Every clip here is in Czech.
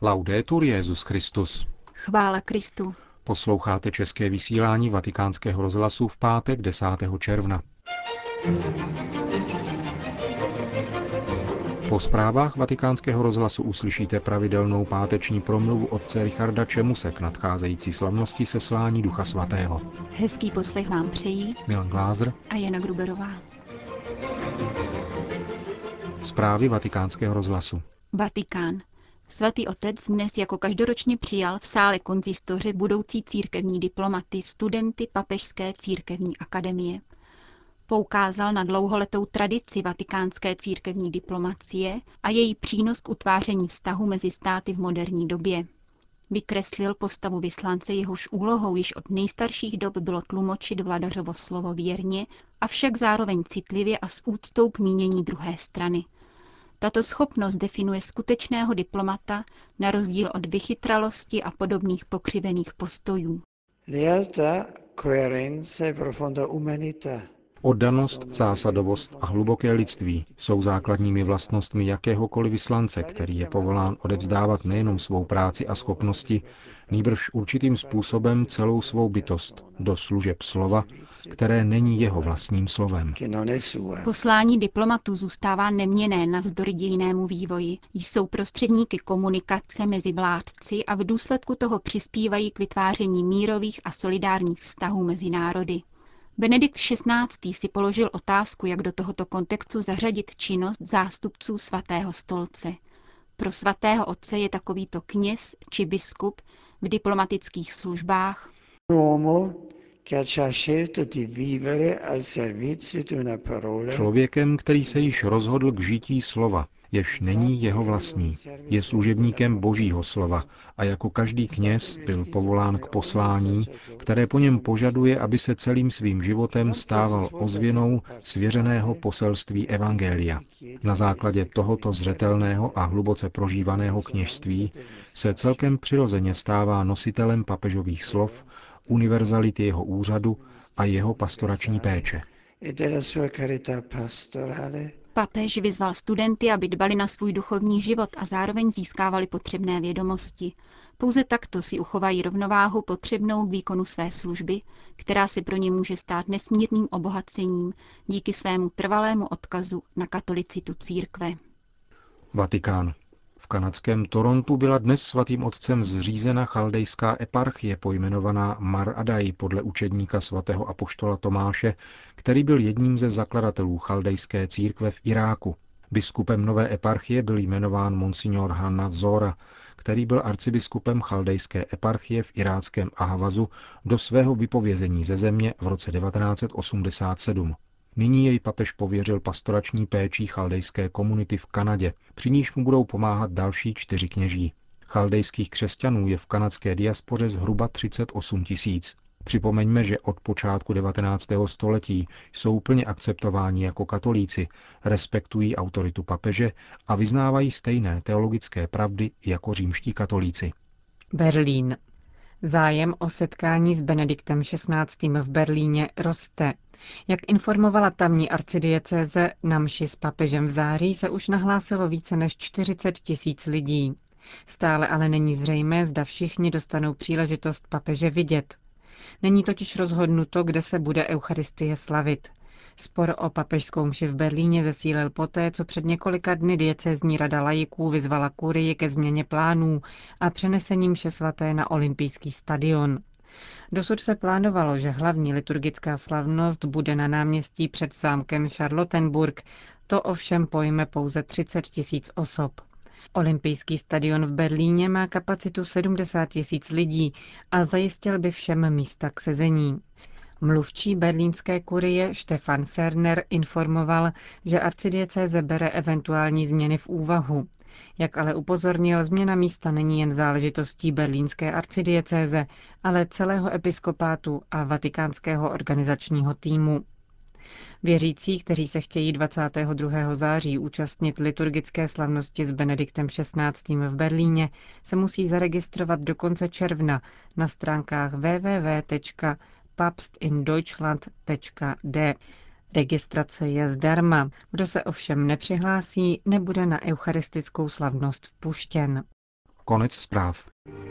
Laudetur Jesus Christus. Chvála Kristu. Posloucháte české vysílání Vatikánského rozhlasu v pátek 10. června. Po zprávách Vatikánského rozhlasu uslyšíte pravidelnou páteční promluvu otce Richarda Čemuse k nadcházející slavnosti seslání Ducha Svatého. Hezký poslech vám přejí Milan Glázer a Jana Gruberová. Zprávy Vatikánského rozhlasu. Vatikán. Svatý otec dnes jako každoročně přijal v sále konzistoře budoucí církevní diplomaty, studenty Papežské církevní akademie. Poukázal na dlouholetou tradici vatikánské církevní diplomacie a její přínos k utváření vztahu mezi státy v moderní době. Vykreslil postavu vyslance, jehož úlohou již od nejstarších dob bylo tlumočit vladařovo slovo věrně, avšak zároveň citlivě a s úctou k mínění druhé strany. Tato schopnost definuje skutečného diplomata na rozdíl od vychytralosti a podobných pokřivených postojů. Lealtà, coerenza e profonda umanità. Oddanost, zásadovost a hluboké lidství jsou základními vlastnostmi jakéhokoliv vyslance, který je povolán odevzdávat nejenom svou práci a schopnosti, nýbrž určitým způsobem celou svou bytost do služeb slova, které není jeho vlastním slovem. Poslání diplomatů zůstává neměnné navzdory dějinnému vývoji. Jsou prostředníky komunikace mezi vládci a v důsledku toho přispívají k vytváření mírových a solidárních vztahů mezi národy. Benedikt XVI. Si položil otázku, jak do tohoto kontextu zařadit činnost zástupců svatého stolce. Pro svatého otce je takovýto kněz či biskup v diplomatických službách člověkem, který se již rozhodl k žití slova, jež není jeho vlastní. Je služebníkem Božího slova a jako každý kněz byl povolán k poslání, které po něm požaduje, aby se celým svým životem stával ozvěnou svěřeného poselství evangelia. Na základě tohoto zřetelného a hluboce prožívaného kněžství se celkem přirozeně stává nositelem papežových slov, univerzality jeho úřadu a jeho pastorační péče. Papež vyzval studenty, aby dbali na svůj duchovní život a zároveň získávali potřebné vědomosti. Pouze takto si uchovají rovnováhu potřebnou k výkonu své služby, která se pro ně může stát nesmírným obohacením díky svému trvalému odkazu na katolicitu církve. Vatikán. V kanadském Torontu byla dnes svatým otcem zřízena chaldejská eparchie pojmenovaná Mar Adai podle učedníka svatého apoštola Tomáše, který byl jedním ze zakladatelů chaldejské církve v Iráku. Biskupem nové eparchie byl jmenován monsignor Hanna Zora, který byl arcibiskupem chaldejské eparchie v iráckém Ahvazu do svého vypovězení ze země v roce 1987. Nyní jej papež pověřil pastorační péčí chaldejské komunity v Kanadě, při níž mu budou pomáhat další 4 kněží. Chaldejských křesťanů je v kanadské diaspoře zhruba 38 000. Připomeňme, že od počátku 19. století jsou plně akceptováni jako katolíci, respektují autoritu papeže a vyznávají stejné teologické pravdy jako římští katolíci. Berlín. Zájem o setkání s Benediktem XVI. V Berlíně roste. Jak informovala tamní arcidiecéze, na mši s papežem v září se už nahlásilo více než 40 000 lidí. Stále ale není zřejmé, zda všichni dostanou příležitost papeže vidět. Není totiž rozhodnuto, kde se bude eucharistie slavit. Spor o papežskou mši v Berlíně zesílil poté, co před několika dny diecézní rada laiků vyzvala kurii ke změně plánů a přenesení mše svaté na olympijský stadion. Dosud se plánovalo, že hlavní liturgická slavnost bude na náměstí před zámkem Charlottenburg, to ovšem pojme pouze 30 000 osob. Olympijský stadion v Berlíně má kapacitu 70 000 lidí a zajistil by všem místa k sezení. Mluvčí berlínské kurie Stefan Ferner informoval, že arcidiecéze bere eventuální změny v úvahu. Jak ale upozornil, změna místa není jen záležitostí berlínské arcidiecéze, ale celého episkopátu a vatikánského organizačního týmu. Věřící, kteří se chtějí 22. září účastnit liturgické slavnosti s Benediktem XVI. V Berlíně, se musí zaregistrovat do konce června na stránkách www.papstindeutschland.de. Registrace je zdarma. Kdo se ovšem nepřihlásí, nebude na eucharistickou slavnost vpuštěn. Konec zpráv.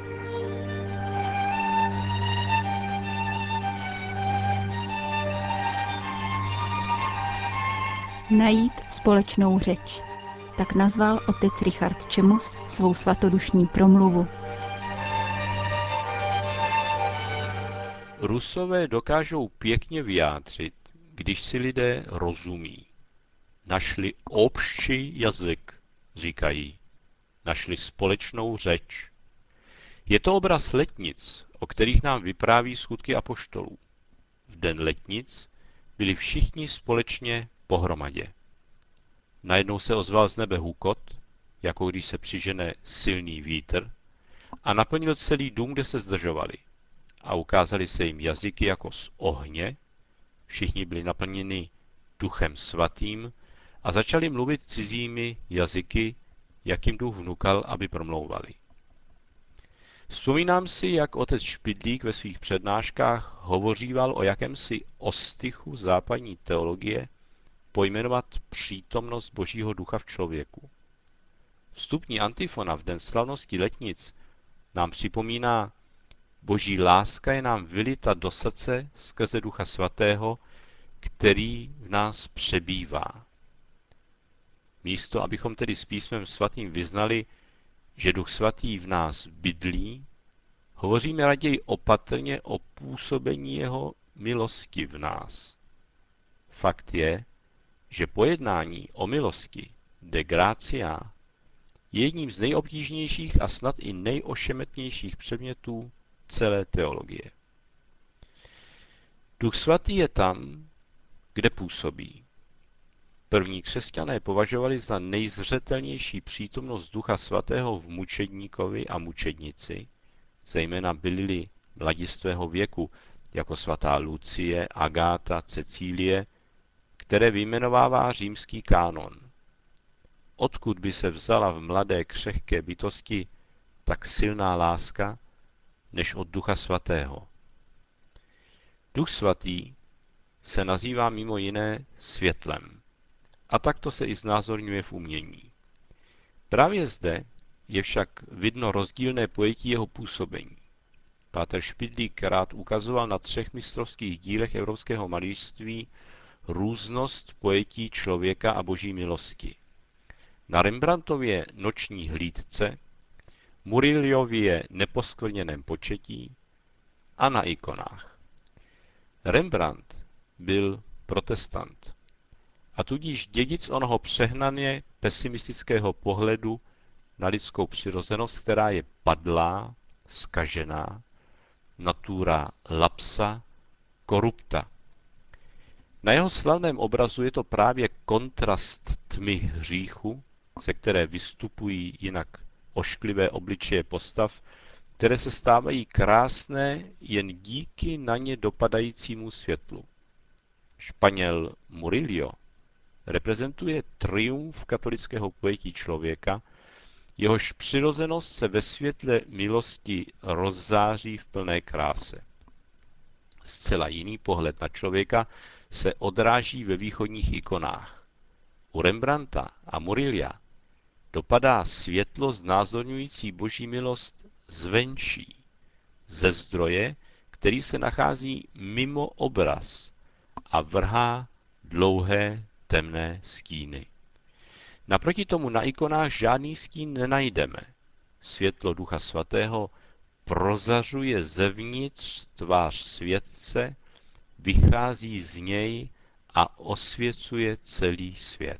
Najít společnou řeč. Tak nazval otec Richard Čemus svou svatodušní promluvu. Rusové dokážou pěkně vyjádřit, když si lidé rozumí. Našli общий jazyk, říkají. Našli společnou řeč. Je to obraz letnic, o kterých nám vypráví Skutky apoštolů. V den letnic byli všichni společně pohromadě. Najednou se ozval z nebe hukot, jako když se přižene silný vítr, a naplnil celý dům, kde se zdržovali. A ukázali se jim jazyky jako z ohně, všichni byli naplněni Duchem Svatým a začali mluvit cizími jazyky, jak jim Duch vnukal, aby promlouvali. Vzpomínám si, jak otec Špidlík ve svých přednáškách hovoříval o jakémsi ostychu západní teologie pojmenovat přítomnost Božího ducha v člověku. Vstupní antifona v den slavnosti letnic nám připomíná: Boží láska je nám vylita do srdce skrze Ducha Svatého, který v nás přebývá. Místo, abychom tedy s Písmem svatým vyznali, že Duch Svatý v nás bydlí, hovoříme raději opatrně o působení jeho milosti v nás. Fakt je, že pojednání o milosti, de gratia, je jedním z nejobtížnějších a snad i nejošemetnějších předmětů celé teologie. Duch Svatý je tam, kde působí. První křesťané považovali za nejzřetelnější přítomnost Ducha Svatého v mučedníkovi a mučednici, zejména byli mladistvého věku, jako svatá Lucie, Agáta, Cecílie, které vyjmenovává římský kánon. Odkud by se vzala v mladé křehké bytosti tak silná láska, než od Ducha Svatého? Duch Svatý se nazývá mimo jiné světlem. A takto se i znázorňuje v umění. Právě zde je však vidno rozdílné pojetí jeho působení. Páter Špidlík rád ukazoval na 3 mistrovských dílech evropského malířství různost pojetí člověka a boží milosti. Na Rembrandtově Noční hlídce, Murillově Neposkvrněném početí a na ikonách. Rembrandt byl protestant a tudíž dědic onoho přehnaně pesimistického pohledu na lidskou přirozenost, která je padlá, zkažená, natura lapsa, corrupta. Na jeho slavném obrazu je to právě kontrast tmy hříchu, ze které vystupují jinak ošklivé obličeje postav, které se stávají krásné jen díky na ně dopadajícímu světlu. Španěl Murillo reprezentuje triumf katolického pojetí člověka, jehož přirozenost se ve světle milosti rozzáří v plné kráse. Zcela jiný pohled na člověka se odráží ve východních ikonách. U Rembrandta a Murilla dopadá světlo znázorňující boží milost zvenčí, ze zdroje, který se nachází mimo obraz a vrhá dlouhé temné stíny. Naproti tomu na ikonách žádný stín nenajdeme. Světlo Ducha Svatého prozařuje zevnitř tvář světce, vychází z něj a osvěcuje celý svět.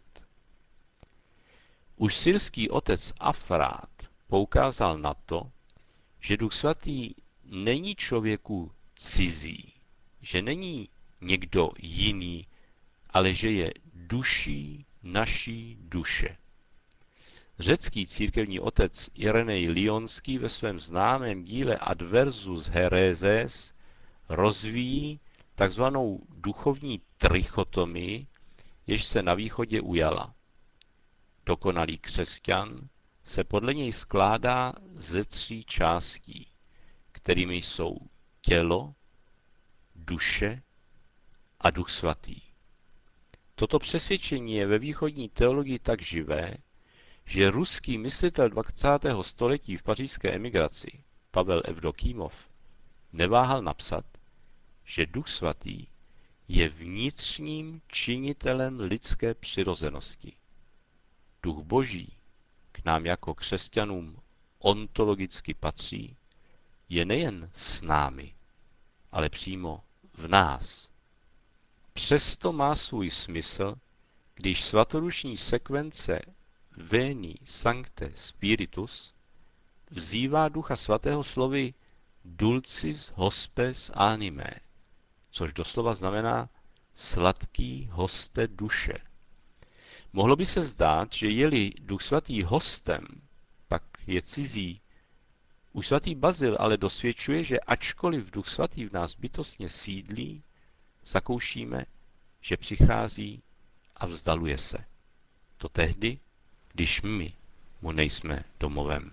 Už syrský otec Afrát poukázal na to, že Duch Svatý není člověku cizí, že není někdo jiný, ale že je duší naší duše. Řecký církevní otec Irenej Lionský ve svém známém díle Adversus Hereses rozvíjí takzvanou duchovní trichotomii, jež se na východě ujala. Dokonalý křesťan se podle něj skládá ze 3 částí, kterými jsou tělo, duše a Duch Svatý. Toto přesvědčení je ve východní teologii tak živé, že ruský myslitel 20. století v pařížské emigraci Pavel Evdokimov neváhal napsat, že Duch Svatý je vnitřním činitelem lidské přirozenosti. Duch Boží k nám jako křesťanům ontologicky patří, je nejen s námi, ale přímo v nás. Přesto má svůj smysl, když svatodušní sekvence Veni Sancte Spiritus vzývá Ducha Svatého slovy Dulcis Hospes Animae, což doslova znamená sladký hoste duše. Mohlo by se zdát, že je-li Duch Svatý hostem, pak je cizí. Už svatý Bazil ale dosvědčuje, že ačkoliv Duch Svatý v nás bytostně sídlí, zakoušíme, že přichází a vzdaluje se. To tehdy, když my mu nejsme domovem.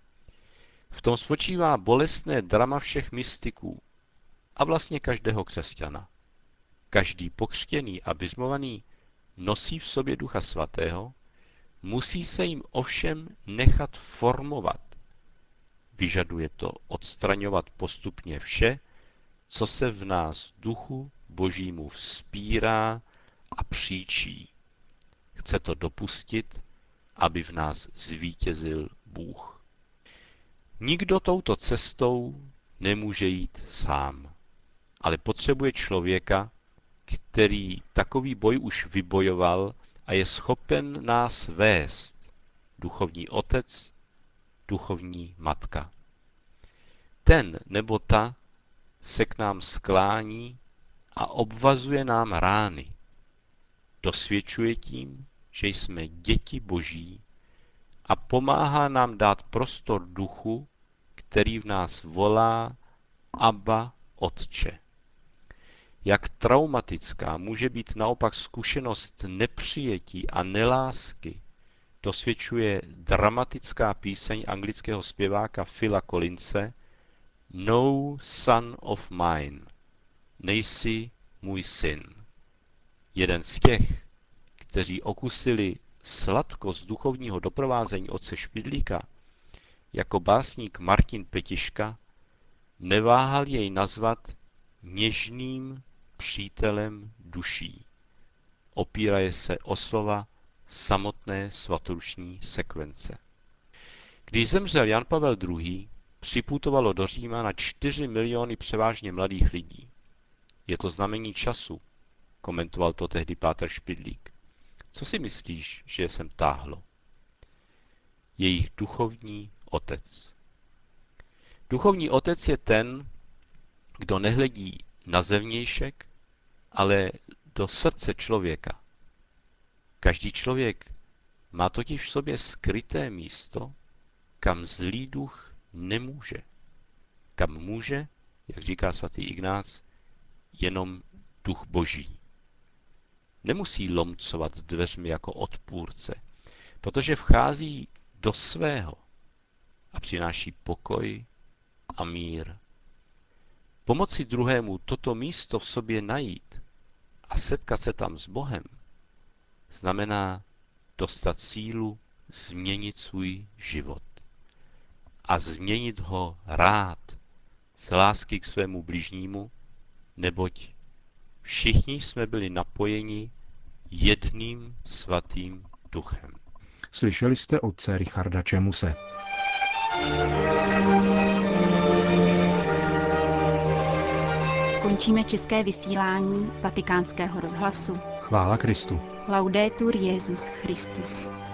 V tom spočívá bolestné drama všech mystiků a vlastně každého křesťana. Každý pokřtěný a biřmovaný nosí v sobě Ducha Svatého, musí se jim ovšem nechat formovat. Vyžaduje to odstraňovat postupně vše, co se v nás Duchu Božímu vzpírá a příčí. Chce to dopustit, aby v nás zvítězil Bůh. Nikdo touto cestou nemůže jít sám, ale potřebuje člověka, který takový boj už vybojoval a je schopen nás vést. Duchovní otec, duchovní matka. Ten nebo ta se k nám sklání a obvazuje nám rány. Dosvědčuje tím, že jsme děti Boží a pomáhá nám dát prostor duchu, který v nás volá Abba, Otče. Jak traumatická může být naopak zkušenost nepřijetí a nelásky, dosvědčuje dramatická píseň anglického zpěváka Phila Collinse No son of mine, nejsi můj syn. Jeden z těch, kteří okusili sladkost duchovního doprovázení otce Špidlíka, jako básník Martin Petiška, neváhal jej nazvat něžným přítelem duší. Opíraje se o slova samotné svatodušní sekvence. Když zemřel Jan Pavel II., připutovalo do Říma na 4 miliony převážně mladých lidí. Je to znamení času, komentoval to tehdy páter Špidlík. Co si myslíš, že je sem táhlo? Jejich duchovní otec. Duchovní otec je ten, kdo nehledí na zevnějšek, ale do srdce člověka. Každý člověk má totiž v sobě skryté místo, kam zlý duch nemůže. Kam může, jak říká svatý Ignác, jenom duch Boží. Nemusí lomcovat dveřmi jako odpůrce, protože vchází do svého a přináší pokoj a mír. Pomoci druhému toto místo v sobě najít a setkat se tam s Bohem znamená dostat sílu změnit svůj život. A změnit ho rád, z lásky k svému bližnímu, neboť všichni jsme byli napojeni jedným svatým duchem. Slyšeli jste otce Richarda Čemuse. Končíme české vysílání Vatikánského rozhlasu. Chvála Kristu. Laudetur Jesus Christus.